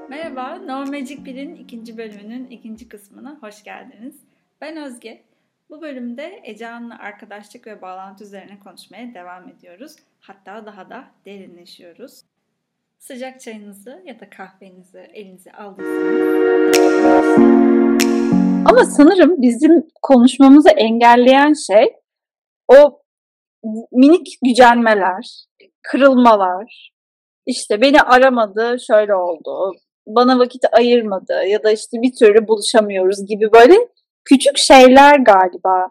Merhaba, No Magic 1'in ikinci bölümünün ikinci kısmına hoş geldiniz. Ben Özge. Bu bölümde Ecehan'la arkadaşlık ve bağlantı üzerine konuşmaya devam ediyoruz. Hatta daha da derinleşiyoruz. Sıcak çayınızı ya da kahvenizi elinize aldıysanız. Ama sanırım bizim konuşmamızı engelleyen şey o minik gücenmeler, kırılmalar, işte beni aramadı, şöyle oldu, bana vakit ayırmadı ya da işte bir türlü buluşamıyoruz gibi böyle küçük şeyler galiba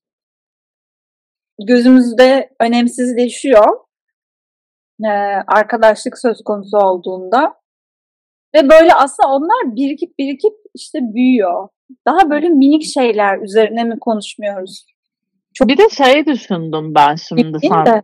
gözümüzde önemsizleşiyor arkadaşlık söz konusu olduğunda ve böyle aslında onlar birikip işte büyüyor. Daha böyle minik şeyler üzerine mi konuşmuyoruz? Bir de şey düşündüm ben şimdi De.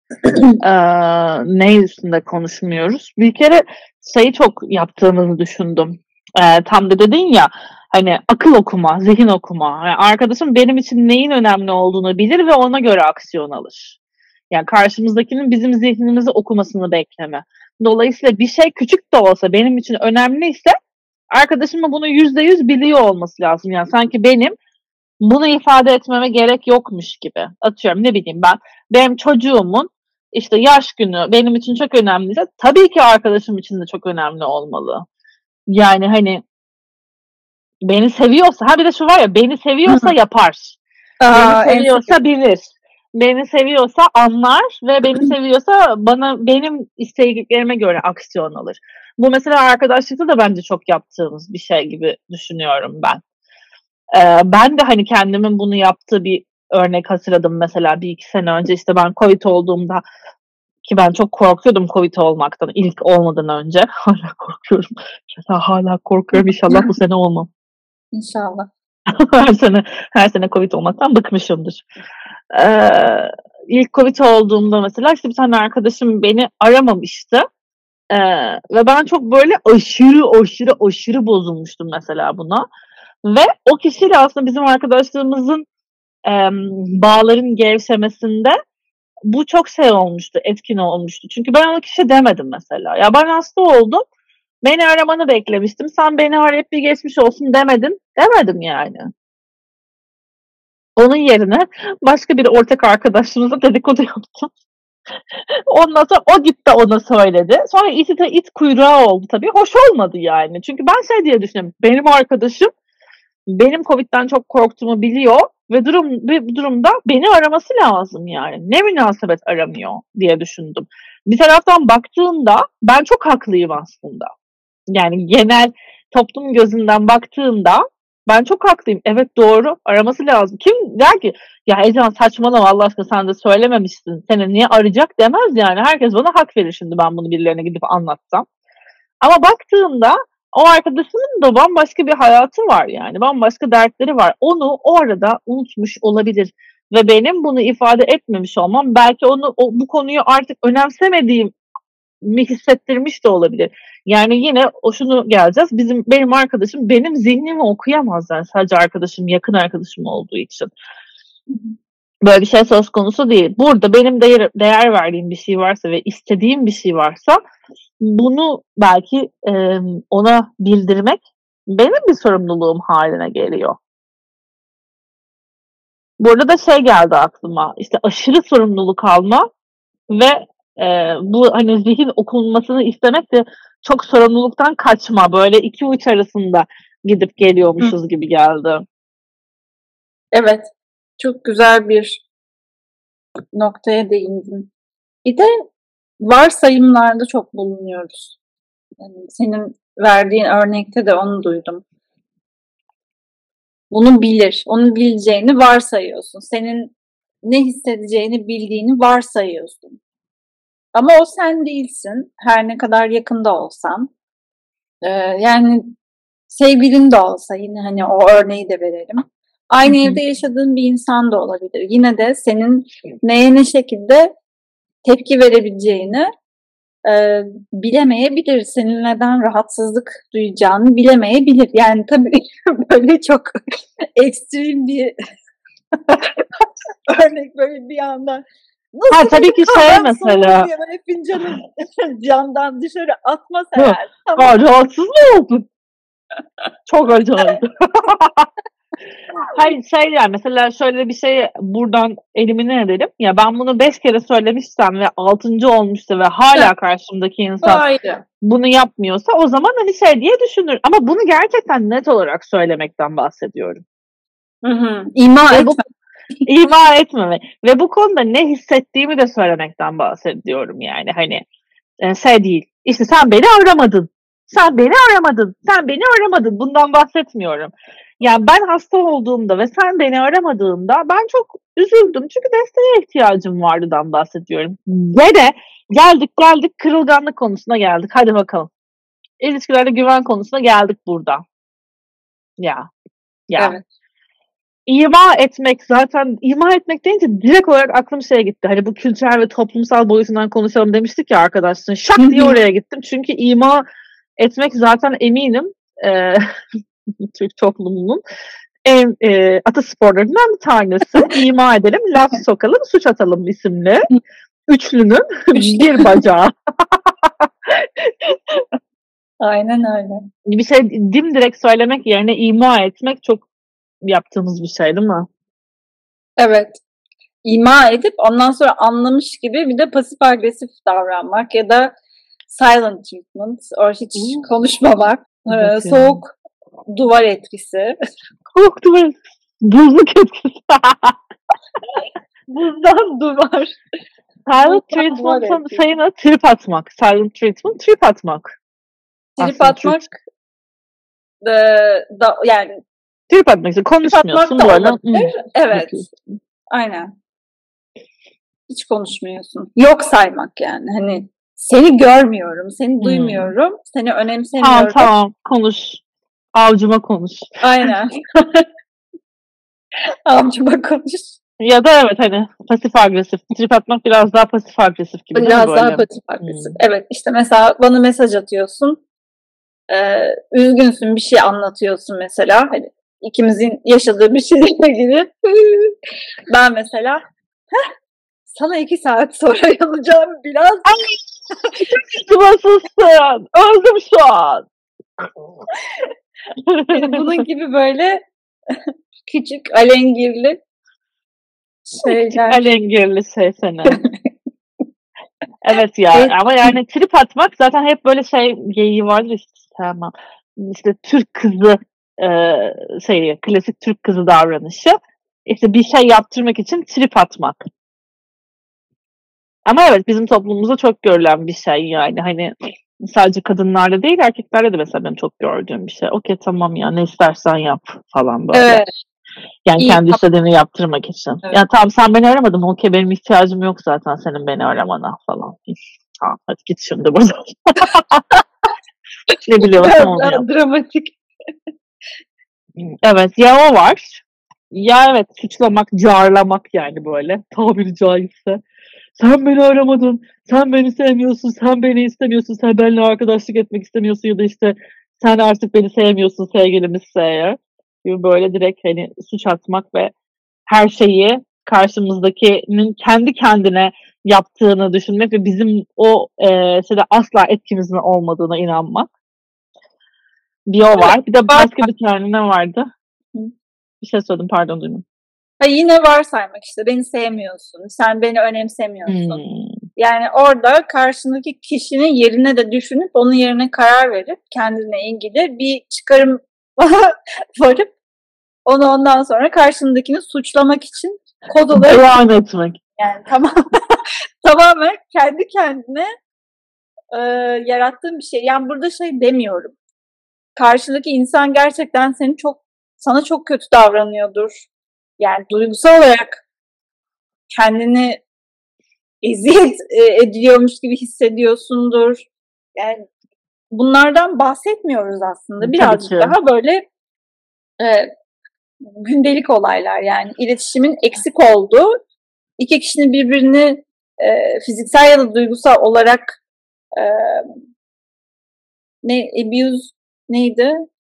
Ne üstünde konuşmuyoruz. Bir kere şeyi çok yaptığımızı düşündüm. Tam da dedin ya hani akıl okuma, zihin okuma. Yani arkadaşım benim için neyin önemli olduğunu bilir ve ona göre aksiyon alır. Yani karşımızdakinin bizim zihnimizi okumasını bekleme. Dolayısıyla bir şey küçük de olsa benim için önemliyse arkadaşımın bunu %100 biliyor olması lazım. Yani sanki bunu ifade etmeme gerek yokmuş gibi. Atıyorum ne bileyim benim çocuğumun işte yaş günü benim için çok önemliyse tabii ki arkadaşım için de çok önemli olmalı. Yani hani beni seviyorsa, bir de şu var ya, beni seviyorsa yapar. Beni seviyorsa bilir. Beni seviyorsa anlar ve beni seviyorsa benim istediklerime göre aksiyon alır. Bu mesela arkadaşlıkta da bence çok yaptığımız bir şey gibi düşünüyorum ben. Ben de hani kendimin bunu yaptığı bir örnek hatırladım mesela 1-2 sene önce. İşte ben Covid olduğumda, ki ben çok korkuyordum Covid olmaktan ilk olmadan önce. Hala korkuyorum. Hala korkuyorum. İnşallah bu sene olmam. İnşallah. her sene Covid olmaktan bıkmışımdır. İlk Covid olduğumda mesela işte bir tane arkadaşım beni aramamıştı. Ve ben çok böyle aşırı bozulmuştum mesela buna. Ve o kişiyle aslında bizim arkadaşlığımızın bağların gevşemesinde bu çok olmuştu, etkin olmuştu. Çünkü ben o kişi demedim mesela. Ya ben hasta oldum, beni aramanı beklemiştim. Sen beni arayıp bir geçmiş olsun demedin. Demedim yani. Onun yerine başka bir ortak arkadaşımıza dedikodu yaptım. Ondan sonra o gitti ona söyledi. Sonra it kuyruğa oldu tabii. Hoş olmadı yani. Çünkü ben diye düşünüyorum. Benim arkadaşım benim Covid'den çok korktuğumu biliyor ve bir durumda beni araması lazım yani. Ne münasebet aramıyor diye düşündüm. Bir taraftan baktığımda ben çok haklıyım aslında. Yani genel toplum gözünden baktığımda ben çok haklıyım. Evet, doğru, araması lazım. Kim der ki ya Ecehan saçmalama Allah aşkına, sen de söylememişsin, seni niye arayacak demez yani. Herkes bana hak verir şimdi ben bunu birilerine gidip anlatsam. Ama baktığımda o arkadaşımın da bambaşka bir hayatı var yani. Bambaşka dertleri var. Onu o arada unutmuş olabilir. Ve benim bunu ifade etmemiş olmam belki bu konuyu artık önemsemediğimi hissettirmiş de olabilir. Yani yine şunu geleceğiz. Benim arkadaşım benim zihnimi okuyamaz yani, sadece arkadaşım, yakın arkadaşım olduğu için. Böyle bir şey söz konusu değil. Burada benim değer verdiğim bir şey varsa ve istediğim bir şey varsa bunu belki ona bildirmek benim bir sorumluluğum haline geliyor. Burada da geldi aklıma. İşte aşırı sorumluluk alma ve bu hani zihin okunmasını istemek de çok sorumluluktan kaçma. Böyle iki uç arasında gidip geliyormuşuz gibi geldi. Evet. Çok güzel bir noktaya değindin. Bir de varsayımlarda çok bulunuyoruz. Yani senin verdiğin örnekte de onu duydum. Bunu bilir, onu bileceğini varsayıyorsun. Senin ne hissedeceğini bildiğini varsayıyorsun. Ama o sen değilsin. Her ne kadar yakında olsan. Yani sevgilin de olsa yine hani o örneği de verelim. Aynı evde yaşadığın bir insan da olabilir. Yine de senin neye ne şekilde tepki verebileceğini bilemeyebilir. Senin neden rahatsızlık duyacağını bilemeyebilir. Yani tabii böyle çok ekstrem bir örnek, böyle bir anda Nasıl tabii ki kahvem mesela. soğudu diye böyle fincanı camdan dışarı atmaz Hı. eğer. Tamam. Rahatsız mı oldun? Çok acayip. Hayır yani mesela şöyle bir şey buradan elimine edelim. Ya ben bunu 5 kere söylemişsem ve 6. olmuşsa ve hala karşımdaki insan Ayrı. bunu yapmıyorsa o zaman hani şey diye düşünür. Ama bunu gerçekten net olarak söylemekten bahsediyorum. İma Ve etme. ima etmeme. Ve bu konuda ne hissettiğimi de söylemekten bahsediyorum yani. Hani şey değil. İşte sen beni aramadın. Sen beni aramadın. Sen beni aramadın. Bundan bahsetmiyorum. Yani ben hasta olduğumda ve sen beni aramadığında ben çok üzüldüm. Çünkü desteğe ihtiyacım vardıdan bahsediyorum. Ve de geldik kırılganlık konusuna geldik. Hadi bakalım. İlişkilerde güven konusuna geldik burada. Ya. Evet. İma etmek zaten ima etmek deyince direkt olarak aklım şeye gitti. Hani bu kültürel ve toplumsal boyutundan konuşalım demiştik ya arkadaşlar. Şak diye oraya gittim. Çünkü ima etmek zaten eminim Türk toplumunun en atasporlarından bir tanesi. İma edelim, laf sokalım, suç atalım isimli üçlünün bir bacağı. Aynen öyle. Bir şey dimdirek söylemek yerine ima etmek çok yaptığımız bir şey değil mi? Evet. İma edip ondan sonra anlamış gibi bir de pasif agresif davranmak ya da silent treatment, o hiç konuşmamak, Evet soğuk duvar etkisi. Soğuk duvar. Buzluk etkisi. Buzdan duvar. Silent treatment'ın sayına trip atmak. Silent treatment, trip atmak. Trip atmak yani trip atmak için konuşmuyorsun böyle. Evet. Aynen. Hiç konuşmuyorsun. Yok saymak yani. Hani seni görmüyorum, seni duymuyorum, seni önemsemiyorum. Tamam konuş. Avcuma konuş. Aynen. Avcuma konuş. Ya da evet hani pasif agresif. Trip atmak biraz daha pasif agresif gibi. Biraz daha pasif agresif. Evet işte mesela bana mesaj atıyorsun. Üzgünsün bir şey anlatıyorsun mesela. Hani ikimizin yaşadığı bir şeyle ilgili. Ben mesela sana 2 saat sonra yanacağım biraz. Sıvasızsın. Öldüm şu an. Bunun gibi böyle küçük alengirli şeyler. Küçük alengirli şey seni. Evet ya ama yani trip atmak zaten hep böyle şey geyiği vardır işte sevmem. İşte Türk kızı klasik Türk kızı davranışı. İşte bir şey yaptırmak için trip atmak. Ama evet bizim toplumumuzda çok görülen bir şey yani hani sadece kadınlarda değil erkeklerde de mesela benim çok gördüğüm bir şey. Okey tamam ya ne istersen yap falan böyle. Evet. Yani kendi istediğini yaptırmak için. Evet. Ya tamam sen beni aramadın. Okey benim ihtiyacım yok zaten senin beni aramana falan. Tamam hadi git şimdi buradan. Ne biliyorsam onu yap. Dramatik. Evet ya o var. Ya evet suçlamak, carlamak yani böyle tabiri caizse. Sen beni aramadın, sen beni sevmiyorsun, sen beni istemiyorsun, sen benimle arkadaşlık etmek istemiyorsun ya da işte sen artık beni sevmiyorsun sevgilimizse eğer. Böyle direkt hani suç atmak ve her şeyi karşımızdakinin kendi kendine yaptığını düşünmek ve bizim o şeyde asla etkimizin olmadığına inanmak. Bir o var. Bir de başka bir tane ne vardı? Bir şey söyledim pardon duymadım. Yine varsaymak işte beni sevmiyorsun, sen beni önemsemiyorsun. Yani orada karşındaki kişinin yerine de düşünüp onun yerine karar verip kendine ilgili bir çıkarım varıp onu ondan sonra karşındakini suçlamak için kod olarak beyan etmek. Yani tamamen kendi kendine yarattığım bir şey. Yani burada şey demiyorum. Karşındaki insan gerçekten sana çok kötü davranıyordur. Yani duygusal olarak kendini eziyet ediyormuş gibi hissediyorsundur. Yani bunlardan bahsetmiyoruz aslında. Birazcık daha böyle gündelik olaylar yani iletişimin eksik olduğu, iki kişinin birbirini fiziksel ya da duygusal olarak abuse neydi?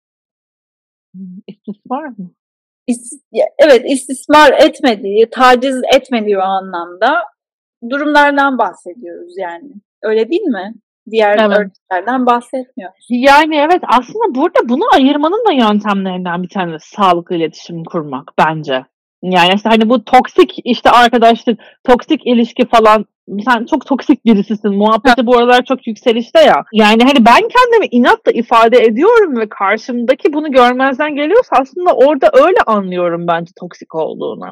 İstismar mı? Evet, istismar etmediği, taciz etmediği o anlamda durumlardan bahsediyoruz yani. Öyle değil mi? Diğer Evet. örneklerden bahsetmiyoruz. Yani evet, aslında burada bunu ayırmanın da yöntemlerinden bir tanesi sağlıklı iletişim kurmak bence. Yani işte hani bu toksik işte arkadaşlık, toksik ilişki falan, sen çok toksik birisisin muhabbeti bu aralar çok yükselişte ya. Yani hani ben kendimi inatla ifade ediyorum ve karşımdaki bunu görmezden geliyorsa aslında orada öyle anlıyorum bence toksik olduğunu.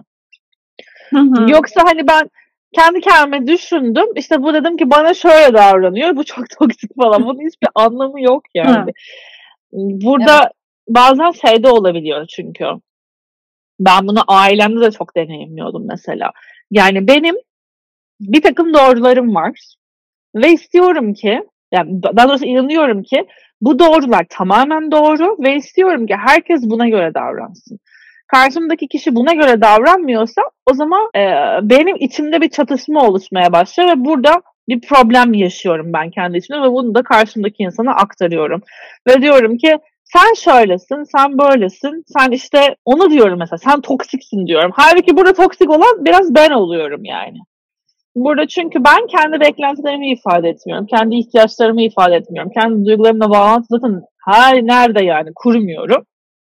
Yoksa hani ben kendi kendime düşündüm. İşte bu dedim ki bana şöyle davranıyor. Bu çok toksik falan. Bunun hiçbir anlamı yok yani. Burada bazen şey de olabiliyor çünkü. Ben bunu ailemde de çok deneyimliyordum mesela. Yani benim bir takım doğrularım var. Ve istiyorum ki, yani daha doğrusu inanıyorum ki bu doğrular tamamen doğru ve istiyorum ki herkes buna göre davransın. Karşımdaki kişi buna göre davranmıyorsa o zaman benim içimde bir çatışma oluşmaya başlıyor ve burada bir problem yaşıyorum ben kendi içimde ve bunu da karşımdaki insana aktarıyorum. Ve diyorum ki sen şöylesin, sen böylesin, sen işte onu diyorum mesela, sen toksiksin diyorum. Halbuki burada toksik olan biraz ben oluyorum yani. Burada çünkü ben kendi beklentilerimi ifade etmiyorum. Kendi ihtiyaçlarımı ifade etmiyorum. Kendi duygularımla bağlantı zaten her nerede yani kurmuyorum.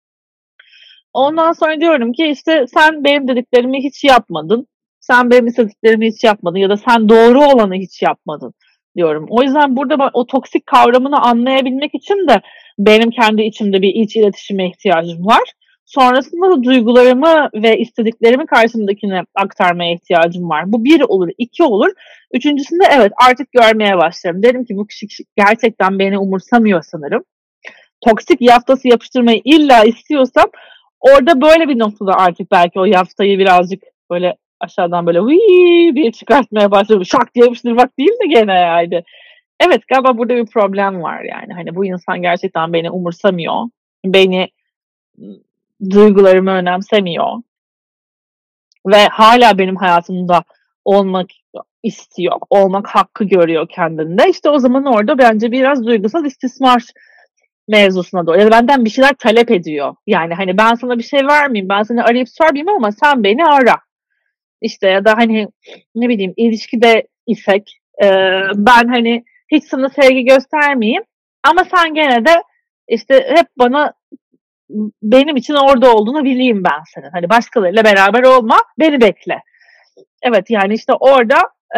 Ondan sonra diyorum ki işte sen benim dediklerimi hiç yapmadın. Sen benim istediklerimi hiç yapmadın ya da sen doğru olanı hiç yapmadın diyorum. O yüzden burada o toksik kavramını anlayabilmek için de benim kendi içimde bir iç iletişime ihtiyacım var. Sonrasında da duygularımı ve istediklerimi karşımdakine aktarmaya ihtiyacım var. Bu bir olur, iki olur. Üçüncüsünde evet artık görmeye başlarım. Derim ki bu kişi gerçekten beni umursamıyor sanırım. Toksik yaftası yapıştırmayı illa istiyorsam orada böyle bir noktada artık belki o yaftayı birazcık böyle aşağıdan böyle vii diye çıkartmaya başladım. Şak diye yapıştırmak değil de gene yani. Evet galiba burada bir problem var yani. Hani bu insan gerçekten beni umursamıyor. Beni duygularımı önemsemiyor. Ve hala benim hayatımda olmak istiyor. Olmak hakkı görüyor kendinde. İşte o zaman orada bence biraz duygusal istismar mevzusuna doğru. Ya da benden bir şeyler talep ediyor. Yani hani ben sana bir şey vermeyeyim, ben seni arayıp sormayayım ama sen beni ara. İşte ya da hani ne bileyim ilişkide isek ben hani hiç sana sevgi göstermeyeyim ama sen gene de işte hep bana benim için orada olduğunu bileyim ben senin. Hani başkalarıyla beraber olma, beni bekle. Evet yani işte orada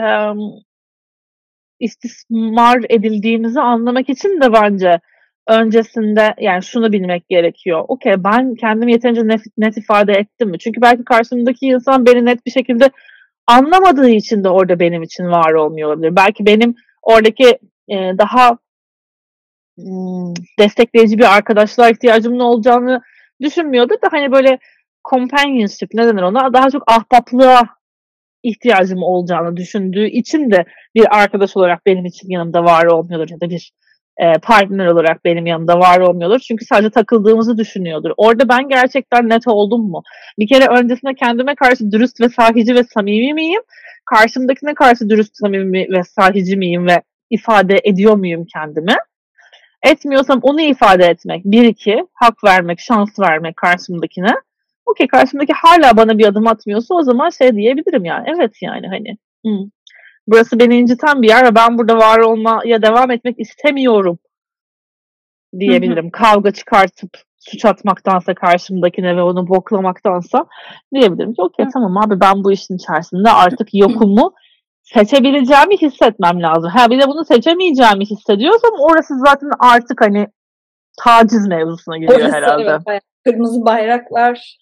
istismar edildiğimizi anlamak için de bence öncesinde yani şunu bilmek gerekiyor. Okey ben kendimi yeterince net ifade ettim mi? Çünkü belki karşımdaki insan beni net bir şekilde anlamadığı için de orada benim için var olmuyor olabilir. Belki benim oradaki daha destekleyici bir arkadaşlığa ihtiyacımın olacağını düşünmüyordur da hani böyle companionship ne denir ona? Daha çok ahbaplığa ihtiyacım olacağını düşündüğü için de bir arkadaş olarak benim için yanımda var olmuyordur ya da bir partner olarak benim yanımda var olmuyordur. Çünkü sadece takıldığımızı düşünüyordur. Orada ben gerçekten net oldum mu? Bir kere öncesinde kendime karşı dürüst ve sahici ve samimi miyim? Karşımdakine karşı dürüst, samimi ve sahici miyim ve ifade ediyor muyum kendimi? Etmiyorsam onu ifade etmek. Bir, iki, hak vermek, şans vermek karşımdakine. Okey karşımdaki hala bana bir adım atmıyorsa o zaman şey diyebilirim yani. Evet yani hani burası beni inciten bir yer ve ben burada var olmaya devam etmek istemiyorum diyebilirim. Kavga çıkartıp suç atmaktansa karşımdakine ve onu boklamaktansa diyebilirim ki okey tamam abi ben bu işin içerisinde artık yokumu seçebileceğimi hissetmem lazım. Ha bir de bunu seçemeyeceğimi hissediyorsam orası zaten artık hani taciz mevzusuna giriyor orası, herhalde. Evet, kırmızı bayraklar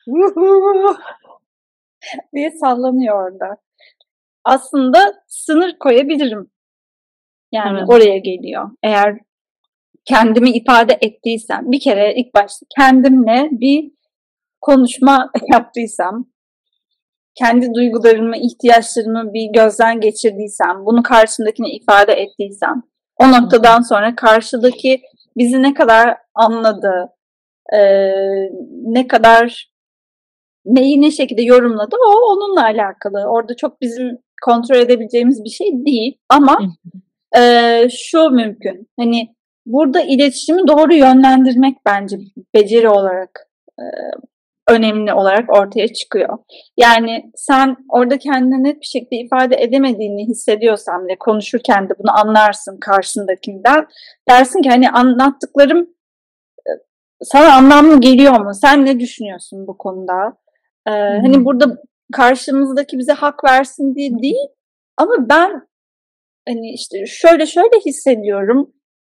diye sallanıyor orada. Aslında sınır koyabilirim. Yani evet. Oraya geliyor. Eğer kendimi ifade ettiysem, bir kere ilk başta kendimle bir konuşma yaptıysam, kendi duygularımı, ihtiyaçlarımı bir gözden geçirdiysem, bunu karşımdakine ifade ettiysem, o noktadan sonra karşıdaki bizi ne kadar anladı, ne kadar neyi ne şekilde yorumladı o onunla alakalı. Orada çok bizim kontrol edebileceğimiz bir şey değil ama şu mümkün. Hani burada iletişimi doğru yönlendirmek bence beceri olarak önemli olarak ortaya çıkıyor. Yani sen orada kendini net bir şekilde ifade edemediğini hissediyorsan bile konuşurken de bunu anlarsın karşındakinden. Dersin ki hani anlattıklarım sana anlamlı geliyor mu? Sen ne düşünüyorsun bu konuda? Hani burada karşımızdaki bize hak versin diye değil ama ben hani işte şöyle hissediyorum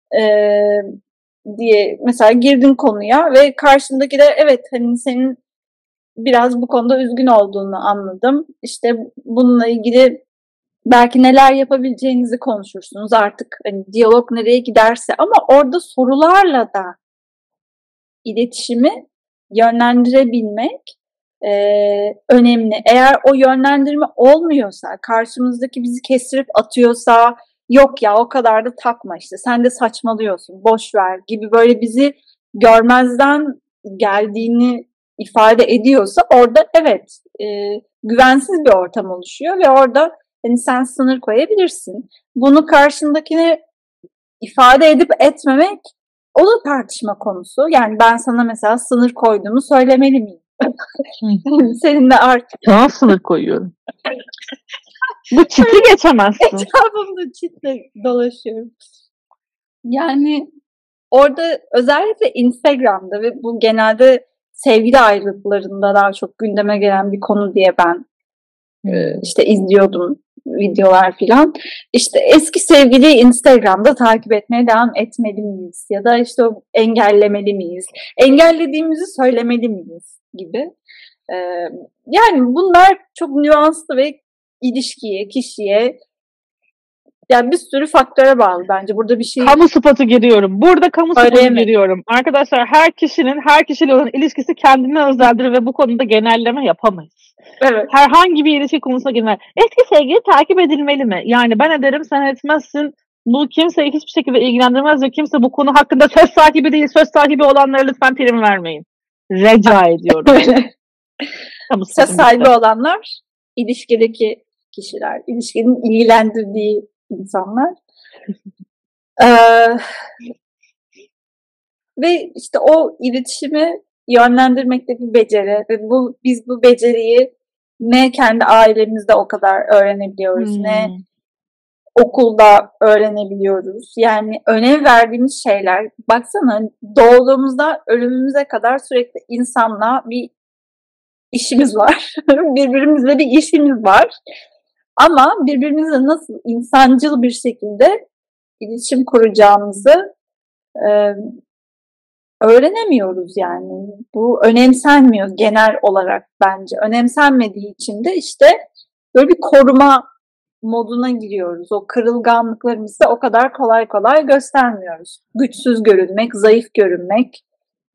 diye mesela girdin konuya ve karşındaki de evet hani senin biraz bu konuda üzgün olduğunu anladım. İşte bununla ilgili belki neler yapabileceğinizi konuşursunuz artık hani diyalog nereye giderse ama orada sorularla da iletişimi yönlendirebilmek önemli. Eğer o yönlendirme olmuyorsa, karşımızdaki bizi kestirip atıyorsa, yok ya o kadar da takma işte sen de saçmalıyorsun, boş ver gibi böyle bizi görmezden geldiğini ifade ediyorsa orada evet güvensiz bir ortam oluşuyor ve orada hani sen sınır koyabilirsin. Bunu karşındakine ifade edip etmemek o da tartışma konusu. Yani ben sana mesela sınır koyduğumu söylemeli miyim? Seninle artık. Sana sınır koyuyorum. Bu çiti geçemezsin. Etrafımda çitle dolaşıyorum. Yani orada özellikle Instagram'da ve bu genelde sevgili ayrılıklarında daha çok gündeme gelen bir konu diye ben işte izliyordum videolar filan. İşte eski sevgiliyi Instagram'da takip etmeye devam etmeli miyiz? Ya da işte engellemeli miyiz? Engellediğimizi söylemeli miyiz? Gibi. Yani bunlar çok nüanslı ve ilişkiye, kişiye yani bir sürü faktöre bağlı bence. Burada bir şey... Kamu spotu giriyorum. Burada kamu spotu giriyorum. Arkadaşlar her kişinin her kişiyle olan ilişkisi kendine özeldir ve bu konuda genelleme yapamayız. Evet. Herhangi bir ilişki konusunda genel. Eski sevgili takip edilmeli mi? Yani ben ederim, sen etmezsin. Bu kimseyi hiçbir şekilde ilgilendirmez ve kimse bu konu hakkında söz sahibi değil. Söz sahibi olanlara lütfen prim vermeyin. Rica ediyorum. Söz sahibi olanlar ilişkideki kişiler, ilişkinin ilgilendirdiği insanlar. Ve işte o iletişimi yönlendirmekte bir beceri ve biz bu beceriyi ne kendi ailemizde o kadar öğrenebiliyoruz, ne okulda öğrenebiliyoruz. Yani önem verdiğimiz şeyler, baksana doğduğumuzda ölümümüze kadar sürekli insanla bir işimiz var. Birbirimizle bir işimiz var. Ama birbirimizle nasıl insancıl bir şekilde iletişim kuracağımızı öğrenemiyoruz yani. Bu önemsenmiyor genel olarak bence. Önemsenmediği için de işte böyle bir koruma moduna giriyoruz. O kırılganlıklarımızı o kadar kolay kolay göstermiyoruz. Güçsüz görünmek, zayıf görünmek,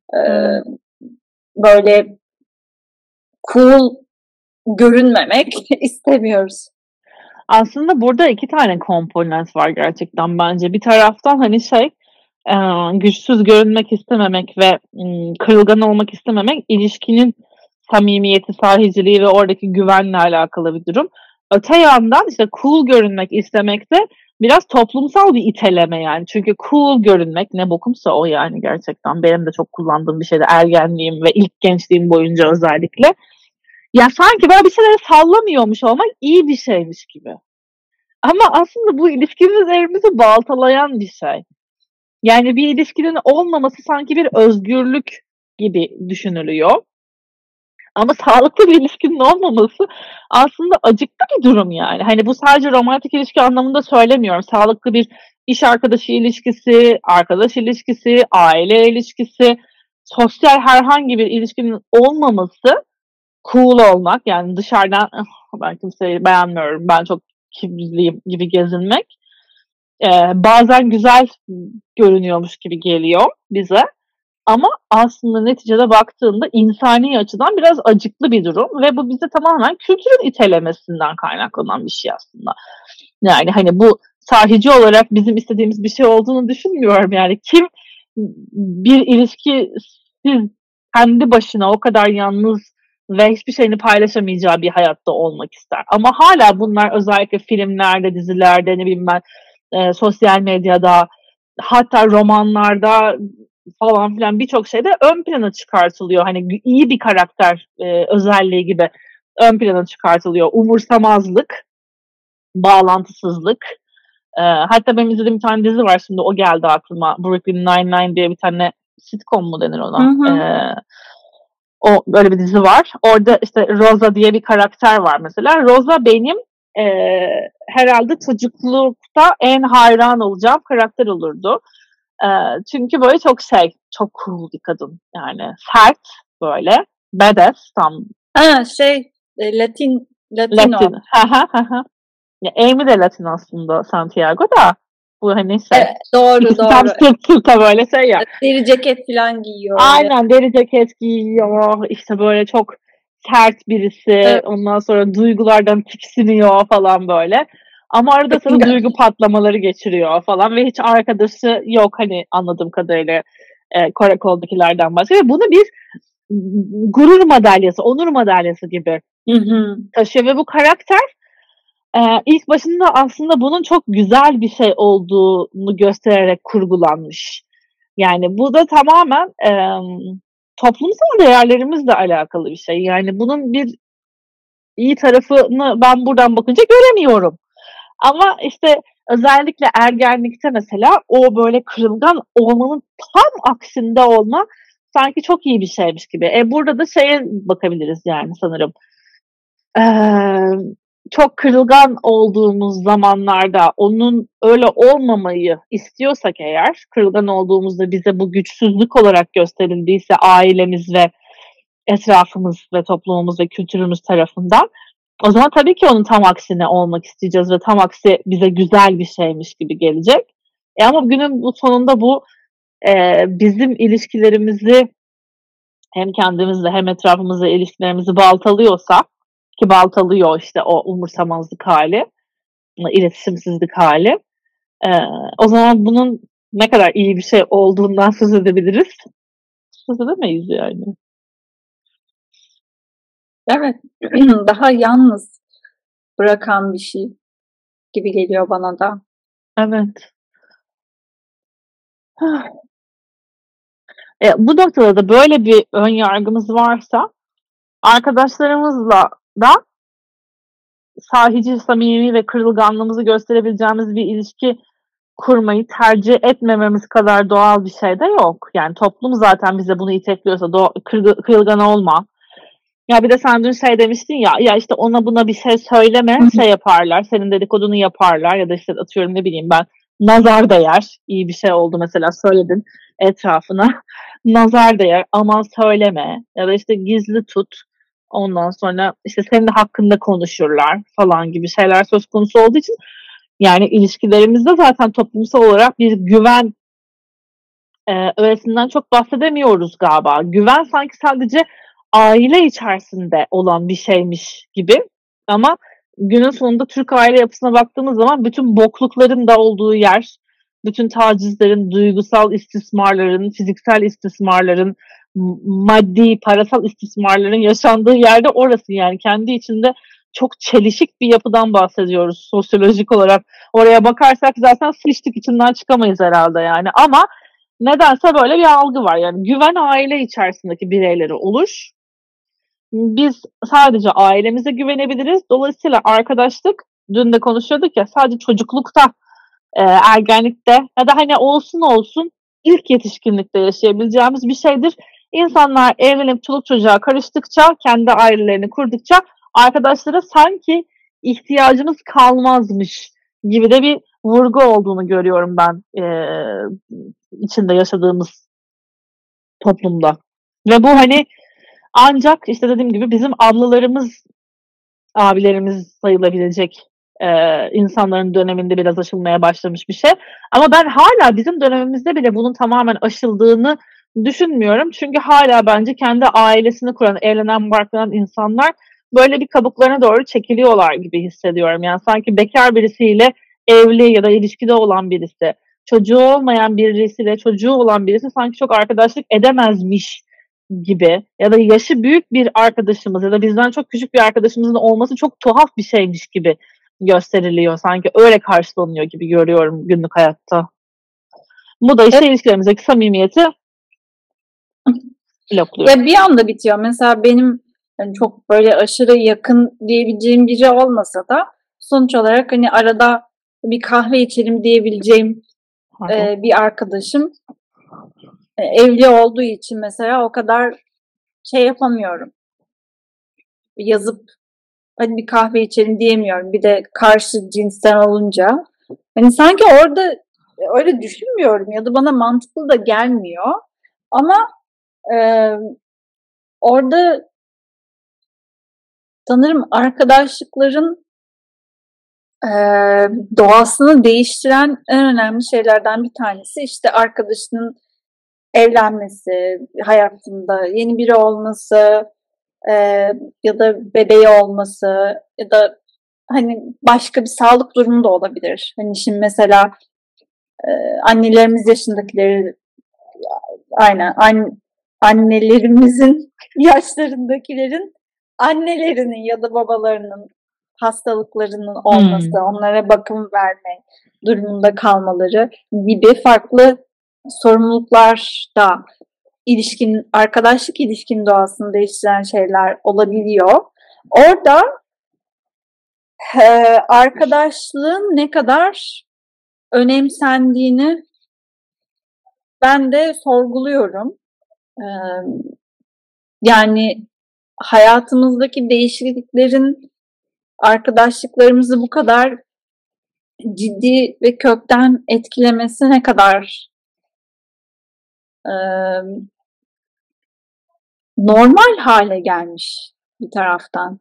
böyle cool görünmemek istemiyoruz. Aslında burada iki tane komponent var gerçekten bence. Bir taraftan hani güçsüz görünmek istememek ve kırılgan olmak istememek ilişkinin samimiyeti, sahiciliği ve oradaki güvenle alakalı bir durum. Öte yandan işte cool görünmek istemek de biraz toplumsal bir iteleme yani. Çünkü cool görünmek ne bokumsa o yani gerçekten. Benim de çok kullandığım bir şeydi ergenliğim ve ilk gençliğim boyunca özellikle. Ya sanki böyle bir şeyleri sallamıyormuş olmak iyi bir şeymiş gibi. Ama aslında bu ilişkilerimizi baltalayan bir şey. Yani bir ilişkinin olmaması sanki bir özgürlük gibi düşünülüyor. Ama sağlıklı bir ilişkinin olmaması aslında acıklı bir durum yani. Hani bu sadece romantik ilişki anlamında söylemiyorum. Sağlıklı bir iş arkadaşı ilişkisi, arkadaş ilişkisi, aile ilişkisi, sosyal herhangi bir ilişkinin olmaması, cool olmak yani dışarıdan ben kimseyi beğenmiyorum, ben çok kibirliyim gibi gezinmek bazen güzel görünüyormuş gibi geliyor bize. Ama aslında neticede baktığında insani açıdan biraz acıklı bir durum ve bu bize tamamen kültürün itelemesinden kaynaklanan bir şey aslında. Yani hani bu sahici olarak bizim istediğimiz bir şey olduğunu düşünmüyorum. Yani kim bir ilişkisiz kendi başına o kadar yalnız ve hiçbir şeyini paylaşamayacağı bir hayatta olmak ister. Ama hala bunlar özellikle filmlerde, dizilerde, ne bileyim ben sosyal medyada, hatta romanlarda falan filan birçok şeyde ön plana çıkartılıyor. Hani iyi bir karakter özelliği gibi ön plana çıkartılıyor. Umursamazlık, bağlantısızlık. Hatta benim izlediğim bir tane dizi var, şimdi o geldi aklıma. Brooklyn Nine-Nine diye bir tane sitcom mu denir ona? O böyle bir dizi var. Orada işte Rosa diye bir karakter var mesela. Rosa benim herhalde çocuklukta en hayran olacağım karakter olurdu. Çünkü böyle çok cool bir kadın. Yani sert böyle. Badass tam. Latino. Latin. Ya Amy de Latin aslında, Santiago da. Bu hani Evet, doğru. Tam sırta böyle şey ya. Deri ceket falan giyiyor. Aynen, deri ceket giyiyor. İşte böyle çok sert birisi. Evet. Ondan sonra duygulardan tiksiniyor falan böyle. Ama arada sırada duygu patlamaları geçiriyor falan ve hiç arkadaşı yok hani anladığım kadarıyla karakoldakilerden başka. Ve bunu bir gurur madalyası, onur madalyası gibi taşıyor ve bu karakter ilk başında aslında bunun çok güzel bir şey olduğunu göstererek kurgulanmış. Yani bu da tamamen toplumsal değerlerimizle alakalı bir şey. Yani bunun bir iyi tarafını ben buradan bakınca göremiyorum. Ama işte özellikle ergenlikte mesela o böyle kırılgan olmanın tam aksinde olma sanki çok iyi bir şeymiş gibi. Burada da şeye bakabiliriz yani sanırım. Çok kırılgan olduğumuz zamanlarda onun öyle olmamayı istiyorsak eğer, kırılgan olduğumuzda bize bu güçsüzlük olarak gösterildiyse ailemiz ve etrafımız ve toplumumuz ve kültürümüz tarafından, o zaman tabii ki onun tam aksine olmak isteyeceğiz ve tam aksi bize güzel bir şeymiş gibi gelecek. Ama günün bu sonunda bu bizim ilişkilerimizi hem kendimizle hem etrafımızla ilişkilerimizi baltalıyorsa, ki baltalıyor işte o umursamazlık hali, iletişimsizlik hali. O zaman bunun ne kadar iyi bir şey olduğundan söz edebiliriz. Söz edemeyiz yani. Evet. Daha yalnız bırakan bir şey gibi geliyor bana da. Evet. Bu noktada da böyle bir ön yargımız varsa arkadaşlarımızla da sahici, samimi ve kırılganlığımızı gösterebileceğimiz bir ilişki kurmayı tercih etmememiz kadar doğal bir şey de yok. Yani toplum zaten bize bunu itekliyorsa kırılgan olma. Ya bir de sen dün şey demiştin ya işte ona buna bir şey söyleme, şey yaparlar, senin dedikodunu yaparlar ya da işte atıyorum ne bileyim ben, nazar değer, iyi bir şey oldu mesela söyledin etrafına, nazar değer, aman söyleme ya da işte gizli tut, ondan sonra işte senin de hakkında konuşurlar falan gibi şeyler söz konusu olduğu için yani ilişkilerimizde zaten toplumsal olarak bir güven öğesinden çok bahsedemiyoruz galiba. Güven sanki sadece aile içerisinde olan bir şeymiş gibi. Ama günün sonunda Türk aile yapısına baktığımız zaman bütün boklukların da olduğu yer, bütün tacizlerin, duygusal istismarların, fiziksel istismarların, maddi, parasal istismarların yaşandığı yerde orası yani. Kendi içinde çok çelişik bir yapıdan bahsediyoruz sosyolojik olarak. Oraya bakarsak zaten sıçtık, içinden çıkamayız herhalde yani. Ama nedense böyle bir algı var. Yani güven aile içerisindeki bireylere olur. Biz sadece ailemize güvenebiliriz. Dolayısıyla arkadaşlık, dün de konuşuyorduk ya, sadece çocuklukta, ergenlikte ya da hani olsun ilk yetişkinlikte yaşayabileceğimiz bir şeydir. İnsanlar evlenip çoluk çocuğa karıştıkça, kendi ailelerini kurdukça arkadaşlara sanki ihtiyacımız kalmazmış gibi de bir vurgu olduğunu görüyorum ben içinde yaşadığımız toplumda. Ve bu hani ancak işte dediğim gibi bizim ablalarımız, abilerimiz sayılabilecek insanların döneminde biraz aşılmaya başlamış bir şey. Ama ben hala bizim dönemimizde bile bunun tamamen aşıldığını düşünmüyorum. Çünkü hala bence kendi ailesini kuran, evlenen, barklanan insanlar böyle bir kabuklarına doğru çekiliyorlar gibi hissediyorum. Yani sanki bekar birisiyle evli ya da ilişkide olan birisi, çocuğu olmayan birisiyle çocuğu olan birisi sanki çok arkadaşlık edemezmiş gibi ya da yaşı büyük bir arkadaşımız ya da bizden çok küçük bir arkadaşımızın olması çok tuhaf bir şeymiş gibi gösteriliyor. Sanki öyle karşılanıyor gibi görüyorum günlük hayatta. Bu da işte ilişkilerimizdeki samimiyeti blokluyor. Ya bir anda bitiyor. Mesela benim hani çok böyle aşırı yakın diyebileceğim biri olmasa da sonuç olarak hani arada bir kahve içelim diyebileceğim bir arkadaşım evli olduğu için mesela o kadar şey yapamıyorum. Yazıp hadi bir kahve içelim diyemiyorum. Bir de karşı cinsten olunca. Hani sanki orada öyle düşünmüyorum ya da bana mantıklı da gelmiyor. Ama orada sanırım arkadaşlıkların doğasını değiştiren en önemli şeylerden bir tanesi işte arkadaşının evlenmesi, hayatında yeni biri olması, ya da bebeği olması ya da hani başka bir sağlık durumu da olabilir. Hani şimdi mesela annelerimiz yaşındakileri aynen annelerimizin yaşlarındakilerin annelerinin ya da babalarının hastalıklarının olması, onlara bakım verme durumunda kalmaları gibi farklı sorumluluklar da arkadaşlık ilişkin doğasını değiştiren şeyler olabiliyor. Orada arkadaşlığın ne kadar önemsendiğini ben de sorguluyorum. Yani hayatımızdaki değişikliklerin arkadaşlıklarımızı bu kadar ciddi ve kökten etkilemesi ne kadar normal hale gelmiş bir taraftan.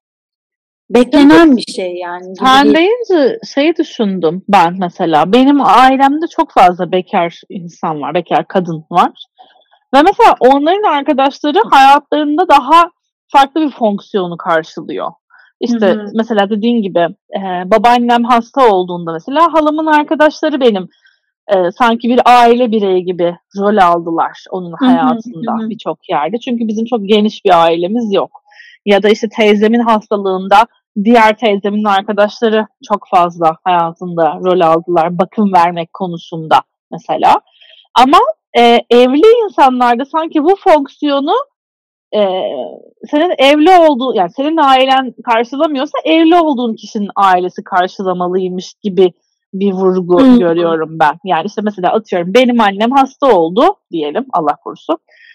Beklenen bir şey yani. Sen deyince şeyi düşündüm ben mesela. Benim ailemde çok fazla bekar insan var, bekar kadın var. Ve mesela onların arkadaşları hayatlarında daha farklı bir fonksiyonu karşılıyor. İşte mesela dediğin gibi babaannem hasta olduğunda mesela halamın arkadaşları benim sanki bir aile bireyi gibi rol aldılar onun hayatında birçok yerde. Çünkü bizim çok geniş bir ailemiz yok. Ya da işte teyzemin hastalığında diğer teyzemin arkadaşları çok fazla hayatında rol aldılar bakım vermek konusunda mesela. Ama evli insanlarda sanki bu fonksiyonu senin evli olduğu yani senin ailen karşılamıyorsa evli olduğun kişinin ailesi karşılamalıymış gibi bir vurgu görüyorum ben. Yani işte mesela atıyorum benim annem hasta oldu diyelim Allah korusun.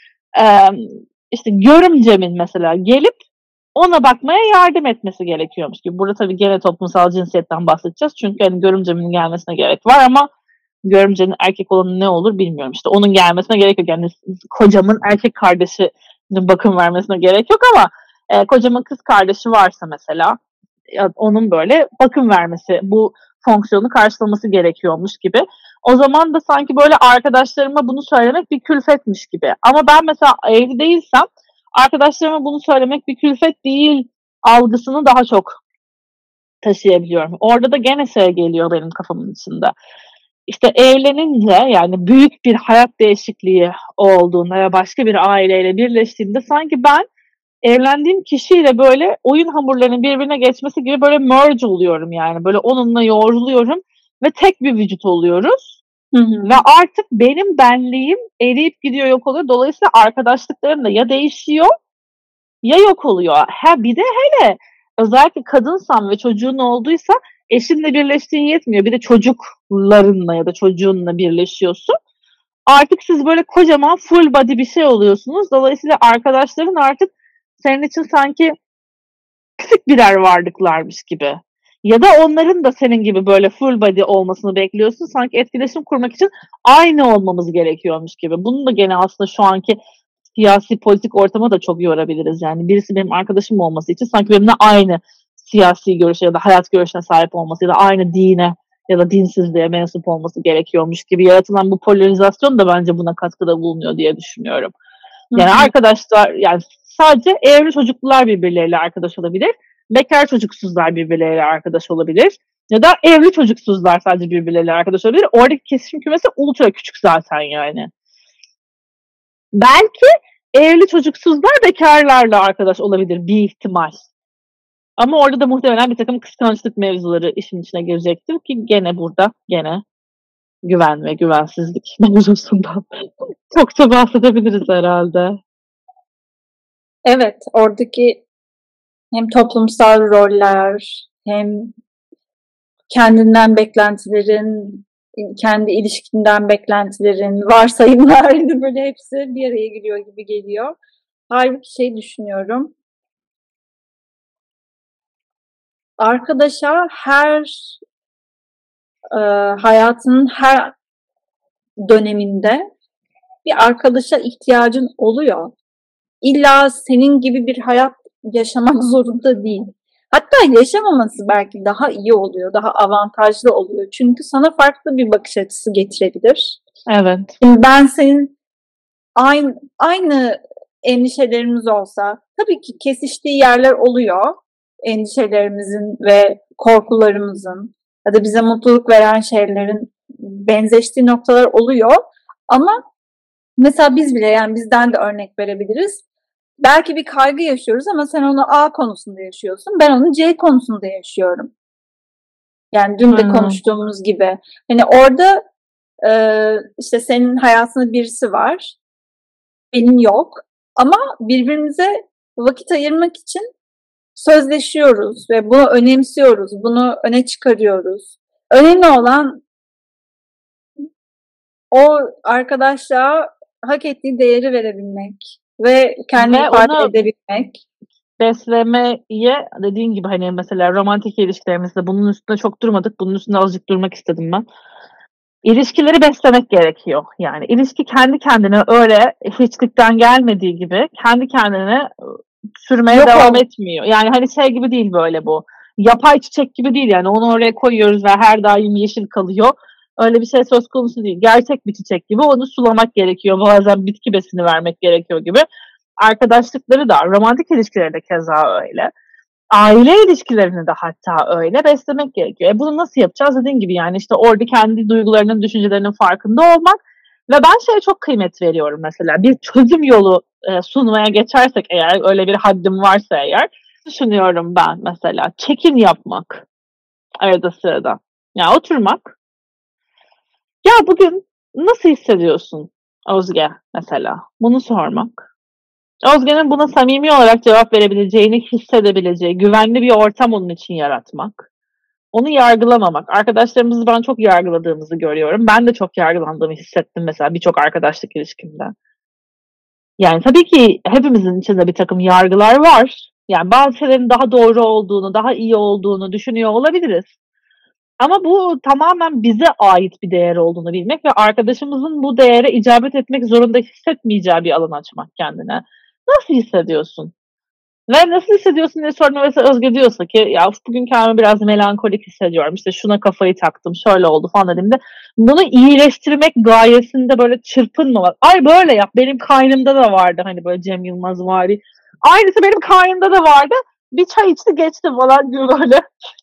İşte görümcemin mesela gelip ona bakmaya yardım etmesi gerekiyormuş gibi. Burada tabii gene toplumsal cinsiyetten bahsedeceğiz. Çünkü hani görümcemin gelmesine gerek var ama görümcenin erkek olanı ne olur bilmiyorum. İşte onun gelmesine gerek yok. Yani kocamın erkek kardeşi bakım vermesine gerek yok ama kocamın kız kardeşi varsa mesela onun böyle bakım vermesi, bu fonksiyonu karşılaması gerekiyormuş gibi. O zaman da sanki böyle arkadaşlarıma bunu söylemek bir külfetmiş gibi. Ama ben mesela evli değilsem arkadaşlarıma bunu söylemek bir külfet değil algısını daha çok taşıyabiliyorum. Orada da gene şey geliyor benim kafamın içinde. İşte evlenince yani büyük bir hayat değişikliği olduğunda ya başka bir aileyle birleştiğimde sanki ben evlendiğim kişiyle böyle oyun hamurlarının birbirine geçmesi gibi böyle merge oluyorum yani. Böyle onunla yoğruluyorum ve tek bir vücut oluyoruz. Ve artık benim benliğim eriyip gidiyor, yok oluyor. Dolayısıyla arkadaşlıklarım da ya değişiyor ya yok oluyor. Bir de hele özellikle kadınsam ve çocuğun olduysa eşinle birleştiğin yetmiyor. Bir de çocuklarınla ya da çocuğunla birleşiyorsun. Artık siz böyle kocaman full body bir şey oluyorsunuz. Dolayısıyla arkadaşların artık senin için sanki küçük birer varlıklarmış gibi. Ya da onların da senin gibi böyle full body olmasını bekliyorsun. Sanki etkileşim kurmak için aynı olmamız gerekiyormuş gibi. Bunu da gene aslında şu anki siyasi politik ortama da çok yorabiliriz. Yani birisi benim arkadaşım olması için sanki benimle aynı siyasi görüşe ya da hayat görüşüne sahip olması ya da aynı dine ya da dinsizliğe mensup olması gerekiyormuş gibi yaratılan bu polarizasyon da bence buna katkıda bulunuyor diye düşünüyorum. Yani arkadaşlar yani sadece evli çocuklular birbirleriyle arkadaş olabilir. Bekar çocuksuzlar birbirleriyle arkadaş olabilir. Ya da evli çocuksuzlar sadece birbirleriyle arkadaş olabilir. Oradaki kesişim kümesi ultra küçük zaten yani. Belki evli çocuksuzlar bekarlarla arkadaş olabilir bir ihtimal. Ama orada da muhtemelen bir takım kıskançlık mevzuları işin içine girecektir ki gene burada güven ve güvensizlik mevzusundan çok bahsedebiliriz herhalde. Evet, oradaki hem toplumsal roller, hem kendinden beklentilerin, kendi ilişkinden beklentilerin, varsayımlar böyle hepsi bir araya giriyor gibi geliyor. Halbuki düşünüyorum. Arkadaşa hayatının her döneminde bir arkadaşa ihtiyacın oluyor. İlla senin gibi bir hayat yaşamak zorunda değil. Hatta yaşamaması belki daha iyi oluyor, daha avantajlı oluyor. Çünkü sana farklı bir bakış açısı getirebilir. Evet. Şimdi ben senin aynı endişelerimiz olsa, tabii ki kesiştiği yerler oluyor. Endişelerimizin ve korkularımızın ya da bize mutluluk veren şeylerin benzeştiği noktalar oluyor. Ama mesela biz bile, yani bizden de örnek verebiliriz. Belki bir kaygı yaşıyoruz ama sen onu A konusunda yaşıyorsun. Ben onu C konusunda yaşıyorum. Yani dün de konuştuğumuz gibi. Hani orada işte senin hayatında birisi var. Benim yok. Ama birbirimize vakit ayırmak için sözleşiyoruz ve bunu önemsiyoruz. Bunu öne çıkarıyoruz. Önemli olan o arkadaşlığa hak ettiği değeri verebilmek ve kendini ifade edebilmek. Beslemeye dediğin gibi hani mesela romantik ilişkilerimizde bunun üstünde çok durmadık. Bunun üstünde azıcık durmak istedim ben. İlişkileri beslemek gerekiyor. Yani ilişki kendi kendine öyle hiçlikten gelmediği gibi kendi kendine sürmeye devam etmiyor. Yani hani şey gibi değil böyle bu. Yapay çiçek gibi değil yani onu oraya koyuyoruz ve her daim yeşil kalıyor. Öyle bir şey söz konusu değil. Gerçek bir çiçek gibi onu sulamak gerekiyor. Bazen bitki besini vermek gerekiyor gibi. Arkadaşlıkları da, romantik ilişkileri de keza öyle. Aile ilişkilerini de hatta öyle beslemek gerekiyor. Bunu nasıl yapacağız dediğin gibi yani işte orada kendi duygularının, düşüncelerinin farkında olmak ve ben şeye çok kıymet veriyorum mesela. Bir çözüm yolu sunmaya geçersek eğer, öyle bir haddim varsa eğer, düşünüyorum ben mesela. Check-in yapmak arada sırada. Yani oturmak. Ya bugün nasıl hissediyorsun Özge mesela? Bunu sormak. Özge'nin buna samimi olarak cevap verebileceğini hissedebileceği güvenli bir ortam onun için yaratmak. Onu yargılamamak. Arkadaşlarımızı ben çok yargıladığımızı görüyorum. Ben de çok yargılandığımı hissettim mesela birçok arkadaşlık ilişkimde. Yani tabii ki hepimizin içinde bir takım yargılar var. Yani bazı şeylerin daha doğru olduğunu, daha iyi olduğunu düşünüyor olabiliriz. Ama bu tamamen bize ait bir değer olduğunu bilmek ve arkadaşımızın bu değere icabet etmek zorunda hissetmeyeceği bir alan açmak kendine. Nasıl hissediyorsun? Ve nasıl hissediyorsun diye sorduğumda mesela Özge diyorsa ki ya bugün kendimi biraz melankolik hissediyorum. İşte şuna kafayı taktım, şöyle oldu falan dediğimde bunu iyileştirmek gayesinde böyle çırpınmamak. Ay böyle yap. Benim kaynımda da vardı hani böyle Cem Yılmaz vari. Aynısı benim kaynımda da vardı. Bir çay içti geçti falan gibi böyle.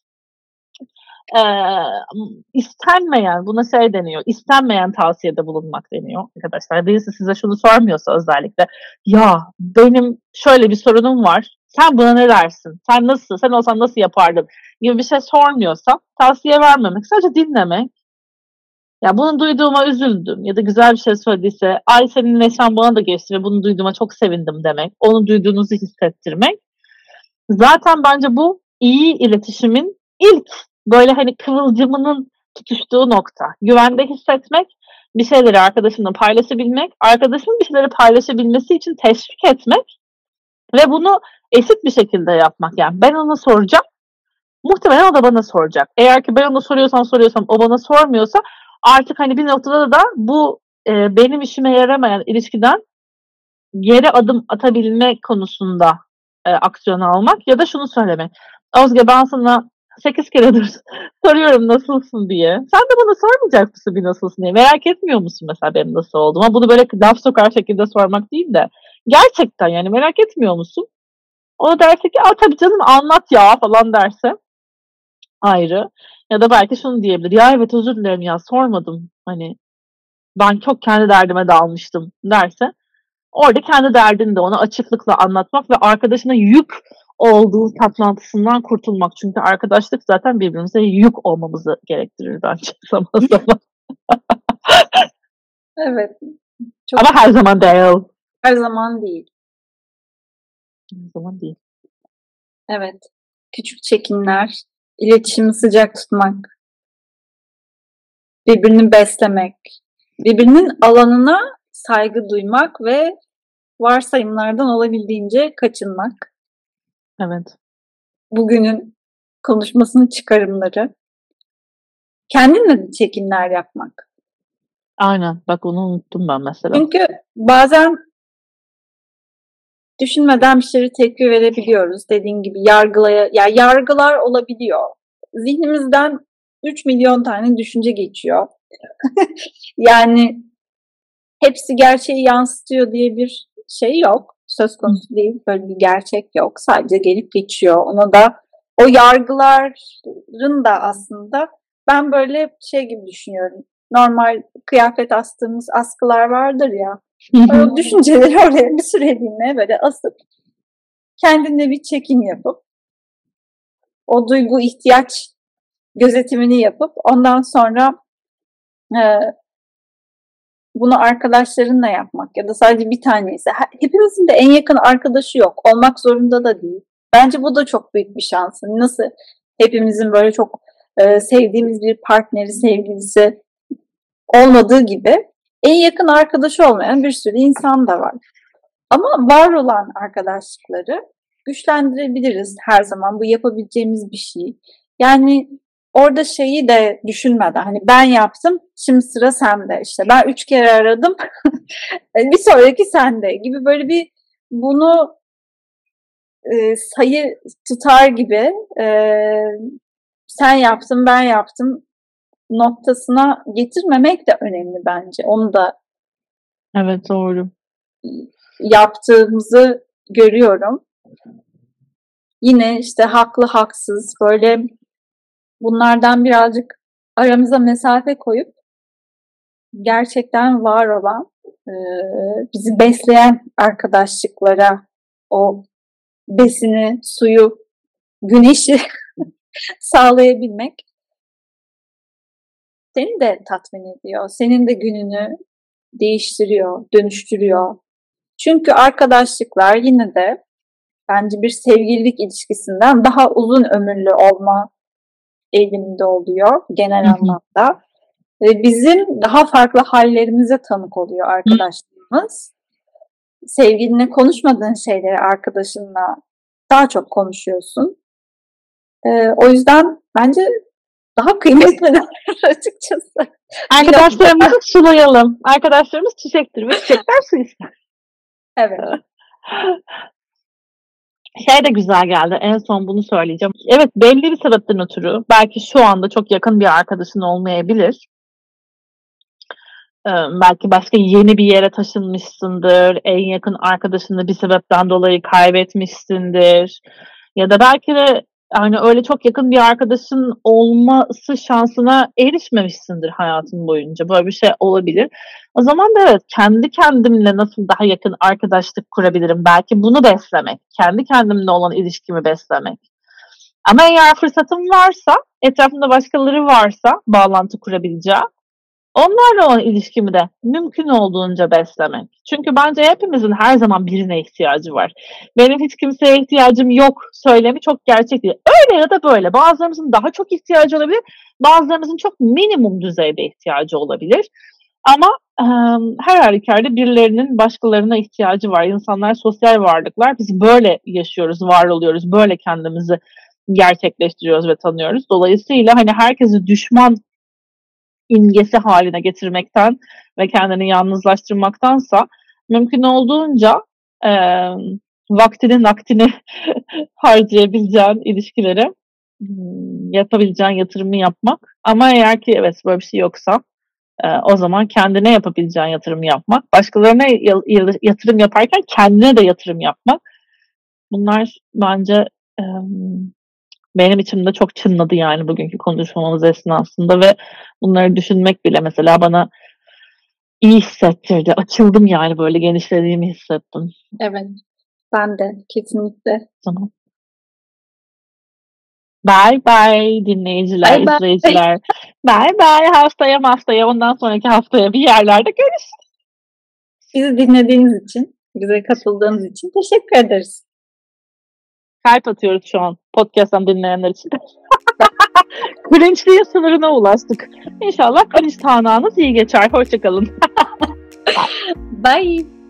İstenmeyen, buna şey deniyor, istenmeyen tavsiyede bulunmak deniyor arkadaşlar. Birisi size şunu sormuyorsa özellikle, ya benim şöyle bir sorunum var, sen buna ne dersin, sen olsan nasıl yapardın gibi bir şey sormuyorsa tavsiye vermemek, sadece dinlemek. Ya bunu duyduğuma üzüldüm ya da güzel bir şey söylediyse, ay senin neşen bana da geçti ve bunu duyduğuma çok sevindim demek, onu duyduğunuzu hissettirmek. Zaten bence bu iyi iletişimin ilk böyle hani kıvılcımının tutuştuğu nokta. Güvende hissetmek, bir şeyleri arkadaşınla paylaşabilmek, arkadaşının bir şeyleri paylaşabilmesi için teşvik etmek ve bunu eşit bir şekilde yapmak. Yani ben ona soracağım, muhtemelen o da bana soracak. Eğer ki ben ona soruyorsam o bana sormuyorsa artık hani bir noktada da bu benim işime yaramayan ilişkiden geri adım atabilme konusunda aksiyon almak ya da şunu söylemek. Özge ben sana 8 keredir soruyorum nasılsın diye. Sen de bana sormayacak mısın bir nasılsın diye. Merak etmiyor musun mesela benim nasıl olduğumu? Bunu böyle laf sokar şekilde sormak değil de gerçekten yani merak etmiyor musun? O da derse ki tabii canım anlat ya falan derse ayrı. Ya da belki şunu diyebilir. Ya evet özür dilerim ya sormadım. Hani ben çok kendi derdime dalmıştım derse orada kendi derdini de ona açıklıkla anlatmak ve arkadaşına yük olduğu saplantısından kurtulmak. Çünkü arkadaşlık zaten birbirimize yük olmamızı gerektirir bence zaman zaman. Evet. Çok Ama her zaman değil. Her zaman değil. O zaman değil. Evet. Küçük çekimler, iletişimi sıcak tutmak, birbirini beslemek, birbirinin alanına saygı duymak ve varsayımlardan olabildiğince kaçınmak. Evet. Bugünün konuşmasının çıkarımları. Kendinle de çekimler yapmak. Aynen. Bak onu unuttum ben mesela. Çünkü bazen düşünmeden bir şeyleri tepki verebiliyoruz. Dediğin gibi yargılar olabiliyor. Zihnimizden 3 milyon tane düşünce geçiyor. Yani hepsi gerçeği yansıtıyor diye bir şey yok. Söz konusu değil. Böyle bir gerçek yok. Sadece gelip geçiyor. Ona da o yargıların da aslında ben böyle şey gibi düşünüyorum. Normal kıyafet astığımız askılar vardır ya. O düşünceleri oraya bir süreliğine böyle asıp kendine bir çekim yapıp o duygu ihtiyaç gözetimini yapıp ondan sonra bunu arkadaşlarınla yapmak ya da sadece bir tanesi. Hepimizin de en yakın arkadaşı yok. Olmak zorunda da değil. Bence bu da çok büyük bir şans. Nasıl hepimizin böyle çok sevdiğimiz bir partneri, sevgilisi olmadığı gibi en yakın arkadaşı olmayan bir sürü insan da var. Ama var olan arkadaşlıkları güçlendirebiliriz her zaman. Bu yapabileceğimiz bir şey. Yani orada şeyi de düşünmeden hani ben yaptım şimdi sıra sende işte ben 3 kere aradım bir sonraki sende gibi böyle bir bunu sayı tutar gibi sen yaptın ben yaptım noktasına getirmemek de önemli bence. Onu da Evet doğru. Yaptığımızı görüyorum. Yine işte haklı haksız böyle bunlardan birazcık aramıza mesafe koyup gerçekten var olan bizi besleyen arkadaşlıklara o besini, suyu, güneşi sağlayabilmek seni de tatmin ediyor. Senin de gününü değiştiriyor, dönüştürüyor. Çünkü arkadaşlıklar yine de bence bir sevgililik ilişkisinden daha uzun ömürlü olma eğiliminde oluyor genel anlamda. Ve bizim daha farklı hallerimize tanık oluyor arkadaşlarımız. Sevgilinle konuşmadığın şeyleri arkadaşınla daha çok konuşuyorsun. O yüzden bence daha kıymetli açıkçası. Arkadaşlarımızı sulayalım. Arkadaşlarımız çiçektir ve çiçekler su ister. Evet. Şey de güzel geldi. En son bunu söyleyeceğim. Evet belli bir sebepten ötürü belki şu anda çok yakın bir arkadaşın olmayabilir. Belki başka yeni bir yere taşınmışsındır. En yakın arkadaşını bir sebepten dolayı kaybetmişsindir. Ya da belki de hani öyle çok yakın bir arkadaşın olması şansına erişmemişsindir hayatın boyunca. Böyle bir şey olabilir. O zaman da evet kendi kendimle nasıl daha yakın arkadaşlık kurabilirim? Belki bunu beslemek. Kendi kendimle olan ilişkimi beslemek. Ama eğer fırsatım varsa, etrafımda başkaları varsa bağlantı kurabileceğim. Onlarla olan ilişkimi de mümkün olduğunca beslemek. Çünkü bence hepimizin her zaman birine ihtiyacı var. Benim hiç kimseye ihtiyacım yok söylemi çok gerçek değil. Öyle ya da böyle. Bazılarımızın daha çok ihtiyacı olabilir. Bazılarımızın çok minimum düzeyde ihtiyacı olabilir. Ama her halükarda birilerinin başkalarına ihtiyacı var. İnsanlar sosyal varlıklar. Biz böyle yaşıyoruz, var oluyoruz. Böyle kendimizi gerçekleştiriyoruz ve tanıyoruz. Dolayısıyla hani herkesi düşman imgesi haline getirmekten ve kendini yalnızlaştırmaktansa mümkün olduğunca vaktini naktini harcayabileceğin ilişkileri yapabileceğin yatırımı yapmak. Ama eğer ki evet böyle bir şey yoksa o zaman kendine yapabileceğin yatırımı yapmak. Başkalarına yatırım yaparken kendine de yatırım yapmak. Bunlar bence benim içimde çok çınladı yani bugünkü konuşmamız esnasında ve bunları düşünmek bile mesela bana iyi hissettirdi. Açıldım yani böyle genişlediğimi hissettim. Evet. Ben de kesinlikle. Tamam. Bye bye dinleyiciler, Bye bye. izleyiciler. Bye bye haftaya ondan sonraki haftaya bir yerlerde görüşürüz. Bizi dinlediğiniz için, bize katıldığınız için teşekkür ederiz. Kalp atıyoruz şu an podcast'tan dinleyenler için. Cringe'liğin sınırına ulaştık. İnşallah cringe tanağınız iyi geçer. Hoşçakalın. Bye.